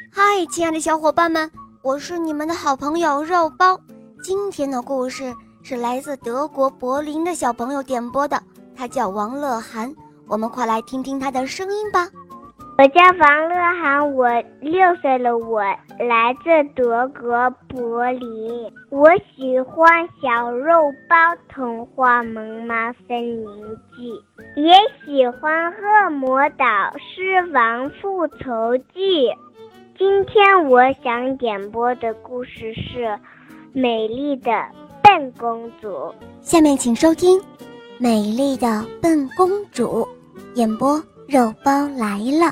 嗨，亲爱的小伙伴们，我是你们的好朋友肉包。今天的故事是来自德国柏林的小朋友点播的，他叫王乐涵，我们快来听听他的声音吧。 我叫王乐涵，我6岁了，我来自德国柏林。我喜欢小肉包童话《萌妈森林记》，也喜欢恶魔岛狮王复仇记。今天我想点播的故事是美丽的笨公主。 下面请收听美丽的笨公主，演播肉包来了。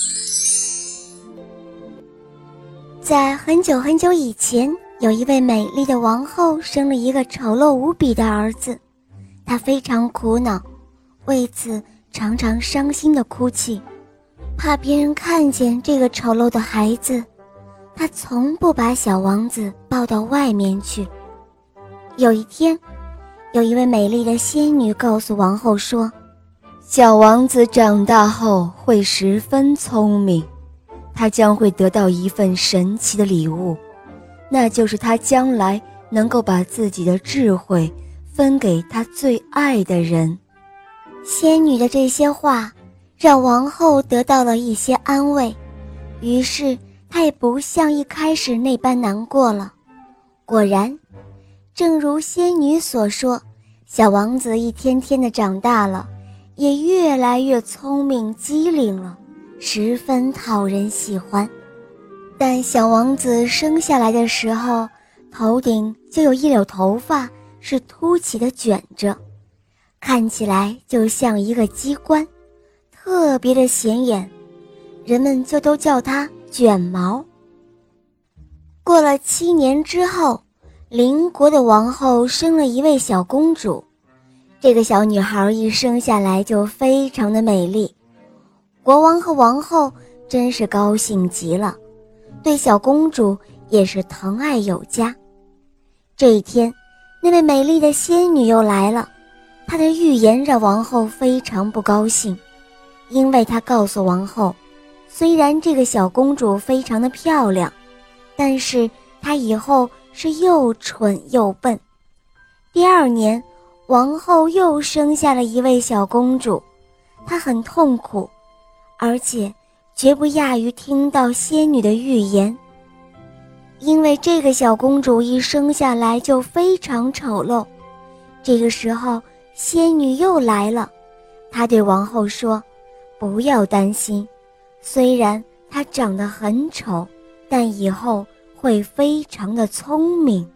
在很久很久以前，有一位美丽的王后生了一个丑陋无比的儿子，她非常苦恼，为此常常伤心地哭泣，怕别人看见这个丑陋的孩子，她从不把小王子抱到外面去。有一天，有一位美丽的仙女告诉王后说，小王子长大后会十分聪明，他将会得到一份神奇的礼物，那就是他将来能够把自己的智慧分给他最爱的人。仙女的这些话让王后得到了一些安慰，于是她也不像一开始那般难过了。果然，正如仙女所说，小王子一天天的长大了，也越来越聪明机灵了，十分讨人喜欢。但小王子生下来的时候，头顶就有一绺头发是凸起的卷着，看起来就像一个鸡冠，特别的显眼，人们就都叫它卷毛。过了7年之后，邻国的王后生了一位小公主，这个小女孩一生下来就非常的美丽，国王和王后真是高兴极了，对小公主也是疼爱有加。这一天，那位美丽的仙女又来了，她的预言让王后非常不高兴，因为她告诉王后，虽然这个小公主非常的漂亮，但是她以后是又蠢又笨。第2年，王后又生下了一位小公主，她很痛苦，而且绝不亚于听到仙女的预言。因为这个小公主一生下来就非常丑陋，这个时候仙女又来了，她对王后说，不要担心，虽然她长得很丑，但以后会非常的聪明。